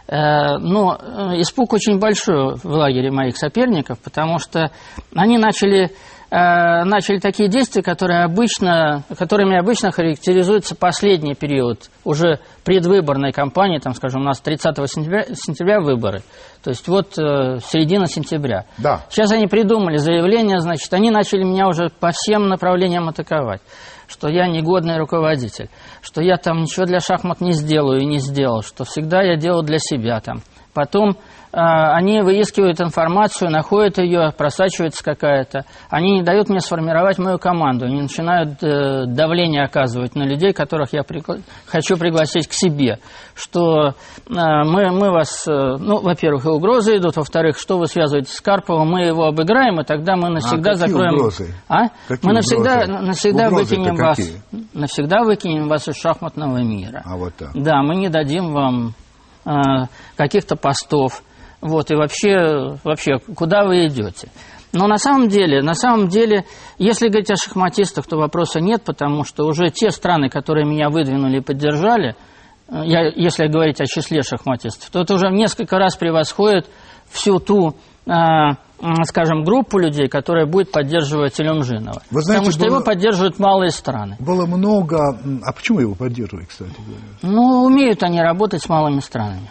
Но испуг очень большой в лагере моих соперников, потому что они начали... начали такие действия, которые обычно, которыми обычно характеризуется последний период уже предвыборной кампании, там, скажем, у нас тридцатого сентября, сентября выборы, то есть вот э, середина сентября. Да. Сейчас они придумали заявление, значит, они начали меня уже по всем направлениям атаковать, что я негодный руководитель, что я там ничего для шахмат не сделаю и не сделал, что всегда я делал для себя там. Потом они выискивают информацию, находят ее, просачивается какая-то. Они не дают мне сформировать мою команду. Они начинают э, давление оказывать на людей, которых я пригла... хочу пригласить к себе. Что э, мы, мы вас... Э, ну, во-первых, и угрозы идут. Во-вторых, что вы связываете с Карповым, мы его обыграем, и тогда мы навсегда а закроем... Угрозы? А? Какие Мы навсегда, угрозы? навсегда выкинем вас... Какие? Навсегда выкинем вас из шахматного мира. А вот так. Да, мы не дадим вам э, каких-то постов. Вот, и вообще, вообще, куда вы идете? Но на самом деле, на самом деле, если говорить о шахматистах, то вопроса нет, потому что уже те страны, которые меня выдвинули и поддержали, я, если говорить о числе шахматистов, то это уже в несколько раз превосходит всю ту, э, скажем, группу людей, которая будет поддерживать Лемжинова. Вы знаете, потому что было, его поддерживают малые страны. Было много... А почему его поддерживают, кстати говоря? Ну, умеют они работать с малыми странами.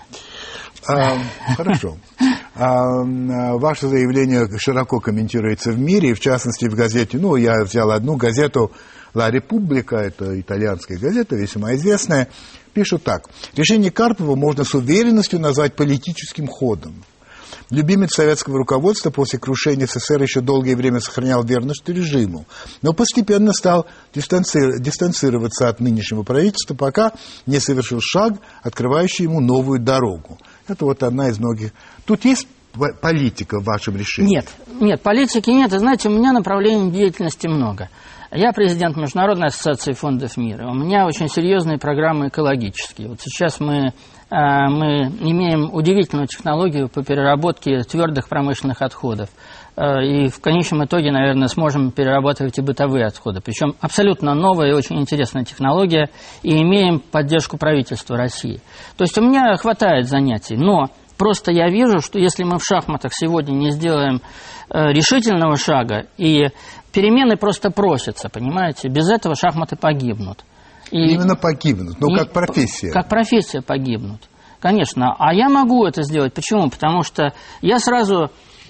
А, хорошо. А, ваше заявление широко комментируется в мире, и в частности в газете, ну, я взял одну газету «Ла Република», это итальянская газета, весьма известная, пишут так: решение Карпова можно с уверенностью назвать политическим ходом. Любимец советского руководства после крушения СССР еще долгое время сохранял верность режиму, но постепенно стал дистанци... дистанцироваться от нынешнего правительства, пока не совершил шаг, открывающий ему новую дорогу. Это вот одна из многих. Тут есть политика в вашем решении? Нет, нет, политики нет. И знаете, у меня направлений деятельности много. Я президент Международной ассоциации фондов мира. У меня очень серьезные программы экологические. Вот сейчас мы, мы имеем удивительную технологию по переработке твердых промышленных отходов. И в конечном итоге, наверное, сможем перерабатывать и бытовые отходы. Причем абсолютно новая и очень интересная технология. И имеем поддержку правительства России. То есть у меня хватает занятий. Но просто я вижу, что если мы в шахматах сегодня не сделаем решительного шага, и перемены просто просятся, понимаете? Без этого шахматы погибнут. И, Именно погибнут, но как профессия. Как профессия погибнут, конечно. А я могу это сделать. Почему? Потому что я сразу, э,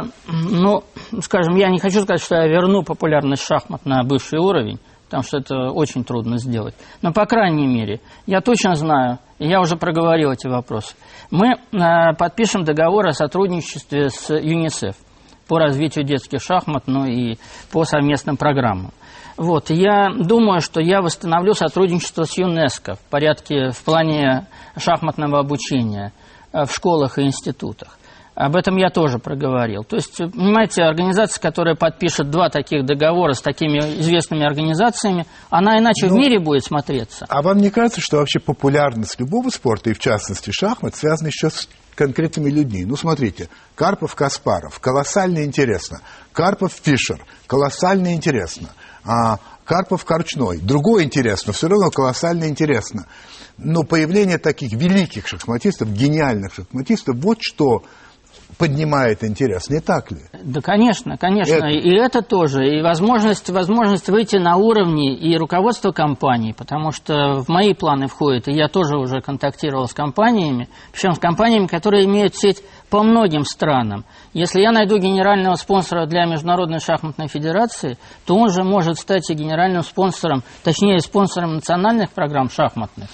ну, скажем, я не хочу сказать, что я верну популярность шахмат на бывший уровень, потому что это очень трудно сделать. Но, по крайней мере, я точно знаю, и я уже проговорил эти вопросы, мы э, подпишем договор о сотрудничестве с ЮНИСЕФ по развитию детских шахмат, ну и по совместным программам. Вот, я думаю, что я восстановлю сотрудничество с ЮНЕСКО в порядке, в плане шахматного обучения в школах и институтах. Об этом я тоже проговорил. То есть, понимаете, организация, которая подпишет два таких договора с такими известными организациями, она иначе ну, в мире будет смотреться. А вам не кажется, что вообще популярность любого спорта, и в частности шахмат, связана еще с конкретными людьми? Ну, смотрите, Карпов-Каспаров, колоссально интересно. Карпов-Фишер, колоссально интересно. А Карпов-Корчной, другое интересно, все равно колоссально интересно. Но появление таких великих шахматистов, гениальных шахматистов, вот что поднимает интерес, не так ли? Да, конечно, конечно. Это... И это тоже. И возможность, возможность выйти на уровни и руководства компаний, потому что в мои планы входит, и я тоже уже контактировал с компаниями, причем с компаниями, которые имеют сеть по многим странам. Если я найду генерального спонсора для Международной шахматной федерации, то он же может стать и генеральным спонсором, точнее, спонсором национальных программ шахматных.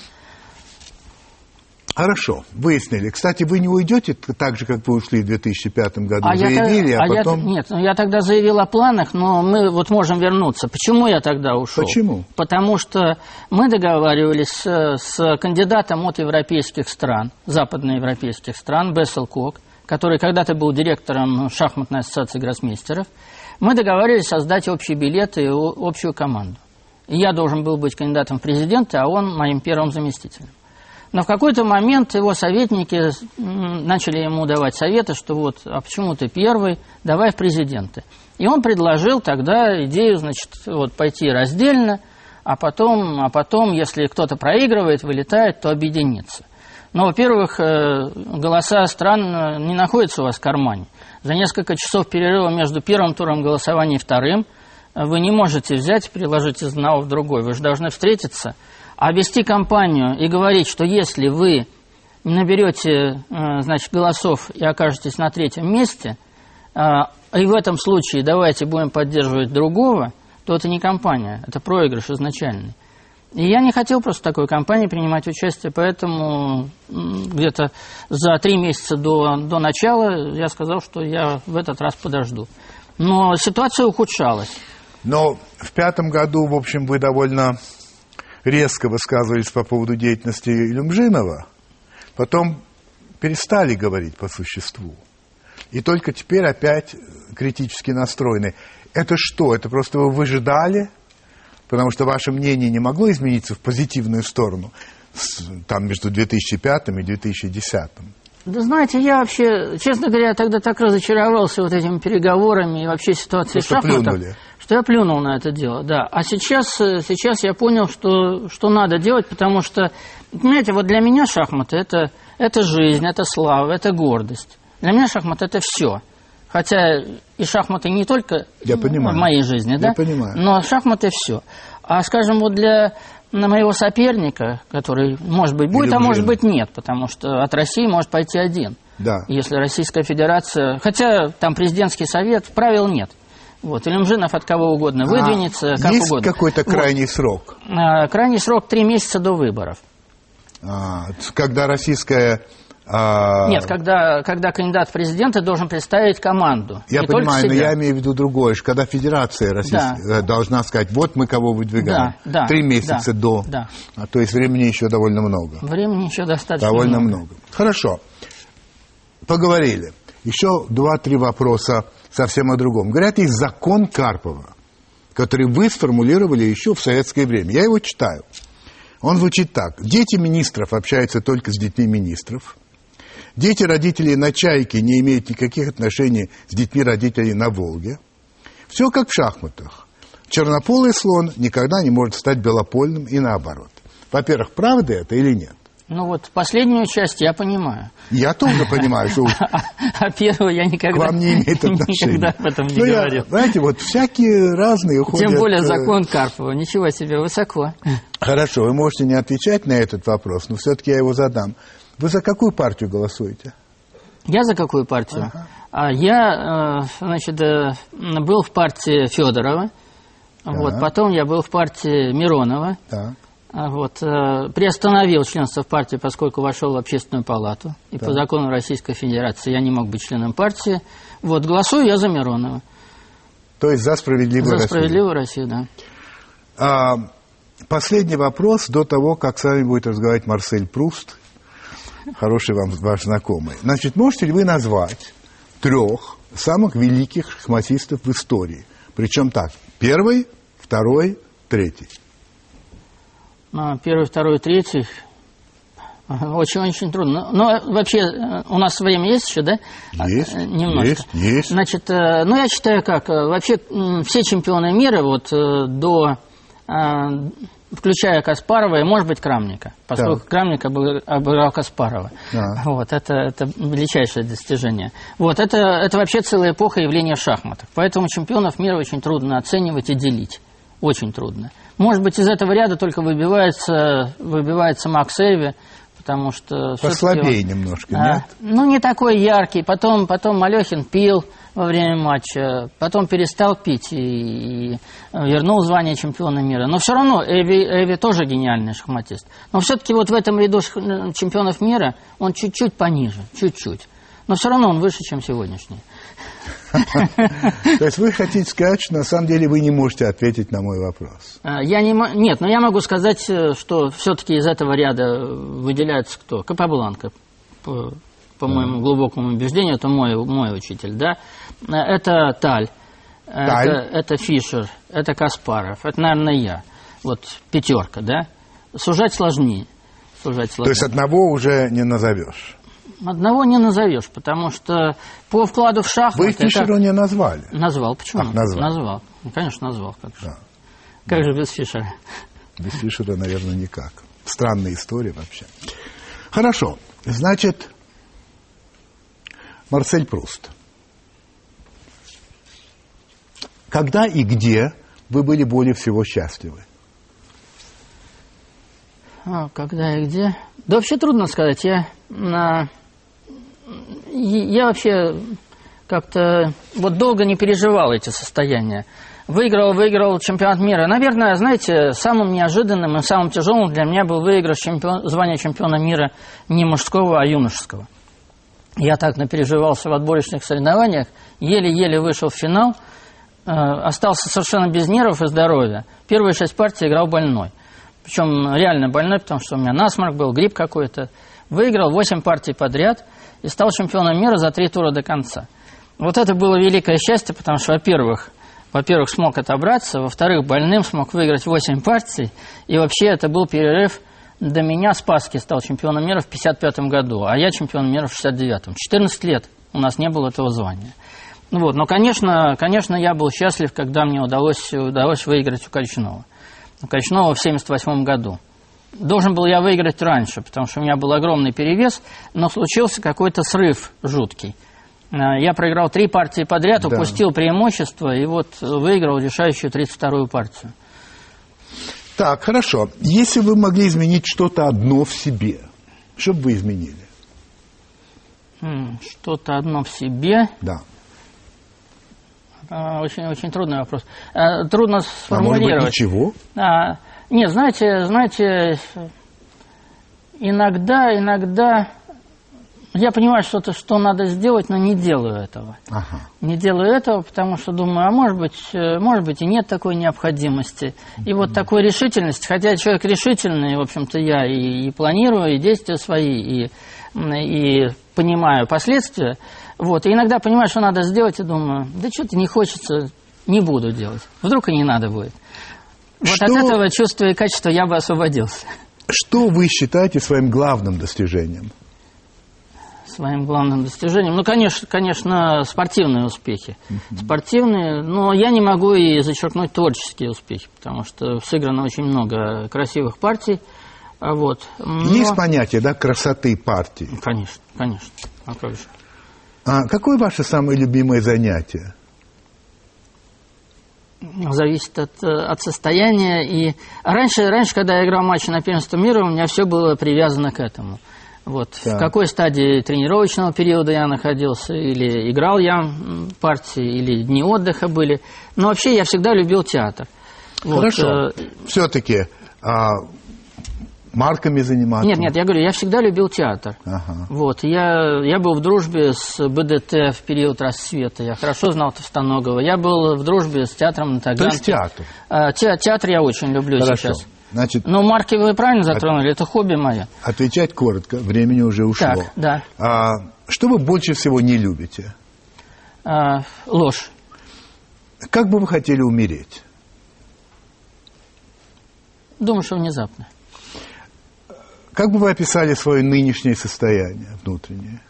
Хорошо, выяснили. Кстати, вы не уйдете так же, как вы ушли в две тысячи пятом году, а заявили, я, а, а потом... Я, нет, я тогда заявил о планах, но мы вот можем вернуться. Почему я тогда ушел? Почему? Потому что мы договаривались с, с кандидатом от европейских стран, западноевропейских стран, Бессел Кок, который когда-то был директором шахматной ассоциации гроссмейстеров. Мы договаривались создать общий билет и общую команду. И я должен был быть кандидатом в президенты, а он моим первым заместителем. Но в какой-то момент его советники начали ему давать советы, что вот, а почему ты первый, давай в президенты. И он предложил тогда идею, значит, вот пойти раздельно, а потом, а потом, если кто-то проигрывает, вылетает, то объединиться. Но, во-первых, голоса стран не находятся у вас в кармане. За несколько часов перерыва между первым туром голосования и вторым вы не можете взять, переложить из одного в другой. Вы же должны встретиться. А вести кампанию и говорить, что если вы наберете, значит, голосов и окажетесь на третьем месте, и в этом случае давайте будем поддерживать другого, то это не кампания, это проигрыш изначальный. И я не хотел просто в такой кампании принимать участие, поэтому где-то за три месяца до, до начала я сказал, что я в этот раз подожду. Но ситуация ухудшалась. Но в пятом году, в общем, вы довольно... резко высказывались по поводу деятельности Илюмжинова, потом перестали говорить по существу. И только теперь опять критически настроены. Это что? Это просто вы выжидали? Потому что ваше мнение не могло измениться в позитивную сторону там между две тысячи пятым и две тысячи десятым? Да знаете, я вообще, честно говоря, тогда так разочаровался вот этими переговорами и вообще ситуацией шахматов, что я плюнул на это дело, да. А сейчас, сейчас я понял, что, что надо делать, потому что, понимаете, вот для меня шахматы это, это жизнь, это слава, это гордость. Для меня шахматы это все. Хотя и шахматы не только я понимаю. в моей жизни, да, я понимаю. Но шахматы все. А, скажем, вот для моего соперника, который, может быть, будет, а может быть, нет, потому что от России может пойти один. Да. Если Российская Федерация... Хотя там президентский совет, правил нет. Вот, Илюмжинов от кого угодно выдвинется, а, как есть угодно. Есть какой-то крайний вот. срок? А, крайний срок три месяца до выборов. А, когда российская... А... Нет, когда, когда кандидат в президенты должен представить команду. Я понимаю, но я имею в виду другое, когда Федерация Российская да. должна сказать, вот мы кого выдвигаем. Да, да, Три месяца да, до. Да. А, то есть времени еще довольно много. Времени еще достаточно довольно много. много. Хорошо. Поговорили. Еще два-три вопроса совсем о другом. Говорят, есть закон Карпова, который вы сформулировали еще в советское время. Я его читаю. Он звучит так. Дети министров общаются только с детьми министров. Дети родителей на Чайке не имеют никаких отношений с детьми родителей на Волге. Все как в шахматах. Чернополый слон никогда не может стать белопольным и наоборот. Во-первых, правда это или нет? Ну вот последнюю часть я понимаю. Я тоже понимаю, что... А первую я никогда... К вам не имеет отношения. Никогда об этом не говорил. Знаете, вот всякие разные уходят... Тем более закон Карпова. Ничего себе, высоко. Хорошо, вы можете не отвечать на этот вопрос, но все-таки я его задам. Вы за какую партию голосуете? Я за какую партию? Ага. Я, значит, был в партии Федорова. Да. Вот, потом я был в партии Миронова. Да. Вот, приостановил членство в партии, поскольку вошел в Общественную палату. И да. по закону Российской Федерации я не мог быть членом партии. Вот, голосую я за Миронова. То есть за справедливую Россию? За справедливую Россию, да. А, последний вопрос до того, как с вами будет разговаривать Марсель Пруст. хороший вам ваш знакомый. Значит, можете ли вы назвать трех самых великих шахматистов в истории? Причем так, первый, второй, третий. Первый, второй, третий. Очень-очень трудно. Но вообще, у нас время есть еще, да? Есть, Немножко. есть, есть. Значит, ну, я считаю, как, вообще, все чемпионы мира, вот, до, включая Каспарова и, может быть, Крамника, поскольку так. Крамник обыграл Каспарова. Да. Вот, это, это величайшее достижение. Вот, это, это вообще целая эпоха явления шахматов. Поэтому чемпионов мира очень трудно оценивать и делить. Очень трудно. Может быть, из этого ряда только выбивается, выбивается Макс Эйви, потому что... Послабее он, немножко, а, нет? Ну, не такой яркий. Потом, потом Малехин пил во время матча, потом перестал пить и, и вернул звание чемпиона мира. Но все равно Эви, Эви тоже гениальный шахматист. Но все-таки вот в этом ряду чемпионов мира он чуть-чуть пониже, чуть-чуть. Но все равно он выше, чем сегодняшний. То есть вы хотите сказать, что на самом деле вы не можете ответить на мой вопрос? Я не, нет, но я могу сказать, что все-таки из этого ряда выделяется кто? Капабланка, по, по моему глубокому убеждению, это мой, мой учитель, да? Это Таль, это, это Фишер, это Каспаров, это, наверное, я. Вот пятерка, да? Сужать сложнее. Сужать сложнее. То есть одного уже не назовешь? Одного не назовешь, потому что по вкладу в шахматы... Вы Фишера это... не назвали? Назвал. Почему? Ах, назвал. Назвал. Ну, конечно, назвал. Как же, да. как да. же без Фишера? Без Фишера, наверное, никак. Странная история вообще. Хорошо. Значит, Марсель Пруст. Когда и где вы были более всего счастливы? А, когда и где? Да вообще трудно сказать. Я... На... Я вообще как-то вот долго не переживал эти состояния. Выиграл, выиграл чемпионат мира. Наверное, знаете, самым неожиданным и самым тяжелым для меня был выигрыш чемпион... звания чемпиона мира не мужского, а юношеского. Я так напереживался в отборочных соревнованиях, еле-еле вышел в финал, э, остался совершенно без нервов и здоровья. Первые шесть партий играл больной. Причем реально больной, потому что у меня насморк был, грипп какой-то. Выиграл восемь партий подряд и стал чемпионом мира за три тура до конца. Вот это было великое счастье, потому что, во-первых, во-первых, смог отобраться, во-вторых, больным смог выиграть восемь партий, и вообще это был перерыв до меня. Спасский стал чемпионом мира в пятьдесят пятом году, а я чемпион мира в шестьдесят девятом. четырнадцать лет у нас не было этого звания. Ну вот, но, конечно, конечно, я был счастлив, когда мне удалось, удалось выиграть у Кольчунова. У Кольчунова в семьдесят восьмом году. Должен был я выиграть раньше, потому что у меня был огромный перевес, но случился какой-то срыв жуткий. Я проиграл три партии подряд, да. упустил преимущество и вот выиграл решающую тридцать вторую партию. Так, хорошо. Если вы могли изменить что-то одно в себе, что бы вы изменили? Что-то одно в себе? Да. Очень, очень трудный вопрос. Трудно сформулировать. А может быть, ничего? А, нет, знаете, знаете, иногда, иногда я понимаю что-то, что надо сделать, но не делаю этого. Ага. Не делаю этого, потому что думаю, а может быть, может быть и нет такой необходимости. И вот такой решительности, хотя я человек решительный, в общем-то, я и, и планирую, и действия свои, и, и понимаю последствия. Вот, и иногда понимаю, что надо сделать, и думаю, да что-то не хочется, не буду делать. Вдруг и не надо будет. Вот что... от этого чувства и качества я бы освободился. Что вы считаете своим главным достижением? Своим главным достижением? Ну, конечно, конечно, спортивные успехи. Uh-huh. Спортивные, но я не могу и зачеркнуть творческие успехи, потому что сыграно очень много красивых партий. Вот. Но... Есть понятие, да, красоты партии? Конечно, конечно. А как же? А какое ваше самое любимое занятие? Зависит от, от состояния. И раньше, раньше, когда я играл матчи на первенство мира, у меня все было привязано к этому. Вот. В какой стадии тренировочного периода я находился, или играл я партии, или дни отдыха были. Но вообще я всегда любил театр. Хорошо. Вот. Все-таки а, марками заниматься? Нет, нет, я говорю, я всегда любил театр. Ага. Вот. Я, я был в дружбе с БДТ в период расцвета. Я хорошо знал Товстоногова. Я был в дружбе с театром на Таганке. То есть театр? А, те, театр я очень люблю. Хорошо. Сейчас. Значит, ну, марки вы правильно затронули, от... это хобби мое. Отвечать коротко, времени уже ушло. Так, да. А, что вы больше всего не любите? А, ложь. Как бы вы хотели умереть? Думаю, что внезапно. Как бы вы описали свое нынешнее состояние внутреннее?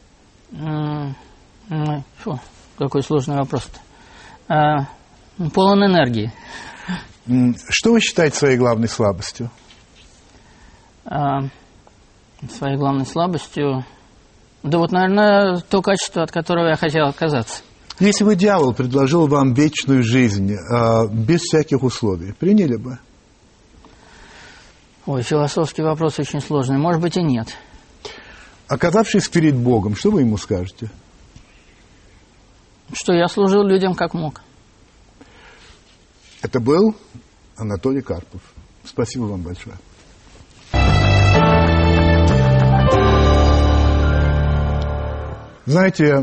Mm, фу, какой сложный вопрос-то. А, полон энергии. Что вы считаете своей главной слабостью? А, своей главной слабостью... Да вот, наверное, то качество, от которого я хотел отказаться. Если бы дьявол предложил вам вечную жизнь а, без всяких условий, приняли бы? Ой, философский вопрос очень сложный. Может быть, и нет. Оказавшись перед Богом, что вы ему скажете? Что я служил людям как мог. Это был Анатолий Карпов. Спасибо вам большое. Знаете,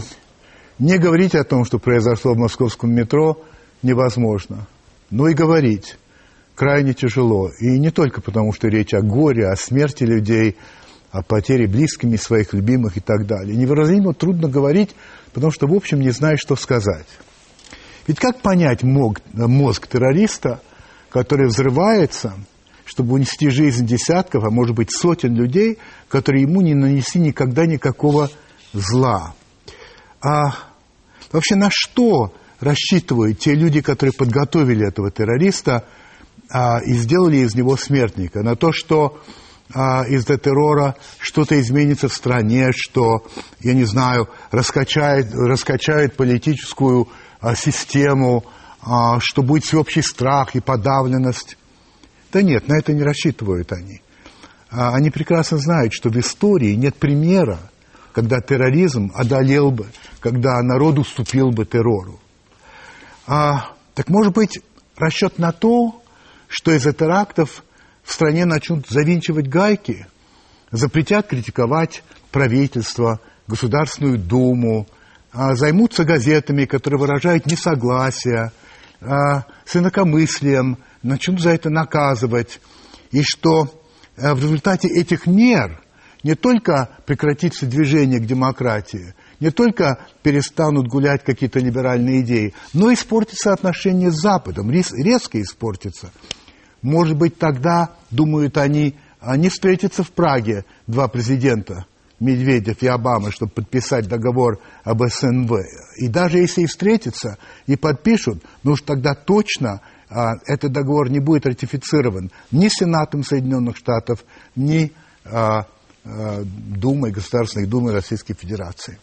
не говорить о том, что произошло в московском метро, невозможно. Но и говорить крайне тяжело. И не только потому, что речь о горе, о смерти людей, о потере близкими своих любимых и так далее. Невыразимо трудно говорить, потому что, в общем, не знаешь, что сказать. Ведь как понять мозг, мозг террориста, который взрывается, чтобы унести жизнь десятков, а может быть сотен людей, которые ему не нанесли никогда никакого зла? А вообще на что рассчитывают те люди, которые подготовили этого террориста а, и сделали из него смертника? На то, что а, из-за террора что-то изменится в стране, что, я не знаю, раскачает, раскачает политическую а, систему, а, что будет всеобщий страх и подавленность? Да нет, на это не рассчитывают они. А, они прекрасно знают, что в истории нет примера, когда терроризм одолел бы, когда народ уступил бы террору. А, так может быть расчет на то, что из-за терактов в стране начнут завинчивать гайки, запретят критиковать правительство, Государственную Думу, а, займутся газетами, которые выражают несогласие, а, с инакомыслием, начнут за это наказывать, и что а, в результате этих мер не только прекратится движение к демократии, не только перестанут гулять какие-то либеральные идеи, но и испортится отношения с Западом, резко испортится. Может быть, тогда, думают они, не встретятся в Праге два президента, Медведев и Обама, чтобы подписать договор об эс эн вэ. И даже если и встретятся, и подпишут, ну уж тогда точно а, этот договор не будет ратифицирован ни Сенатом Соединенных Штатов, ни а, а, Думой, Государственной Думой Российской Федерации.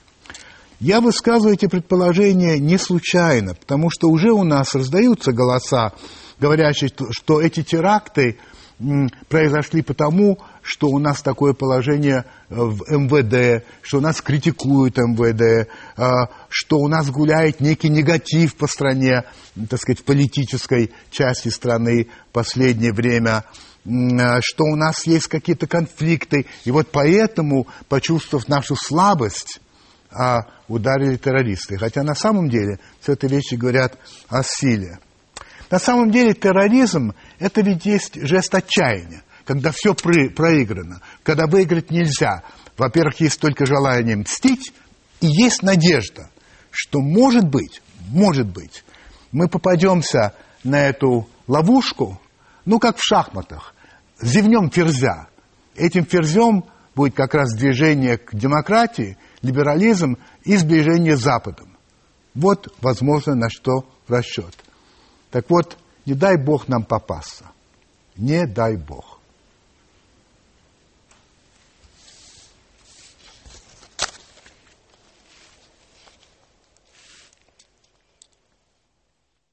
Я высказываю эти предположения не случайно, потому что уже у нас раздаются голоса, говорящие, что эти теракты м, произошли потому, что у нас такое положение в эм вэ дэ, что нас критикуют эм вэ дэ, э, что у нас гуляет некий негатив по стране, так сказать, в политической части страны в последнее время, э, что у нас есть какие-то конфликты. И вот поэтому, почувствовав нашу слабость, э, ударили террористы. Хотя на самом деле все эти вещи говорят о силе. На самом деле терроризм – это ведь есть жест отчаяния, когда все проиграно, когда выиграть нельзя. Во-первых, есть только желание мстить, и есть надежда, что может быть, может быть, мы попадемся на эту ловушку, ну, как в шахматах, зевнем ферзя. Этим ферзем будет как раз движение к демократии, либерализм и сближение с Западом. Вот, возможно, на что расчет. Так вот, не дай Бог нам попасться. Не дай Бог.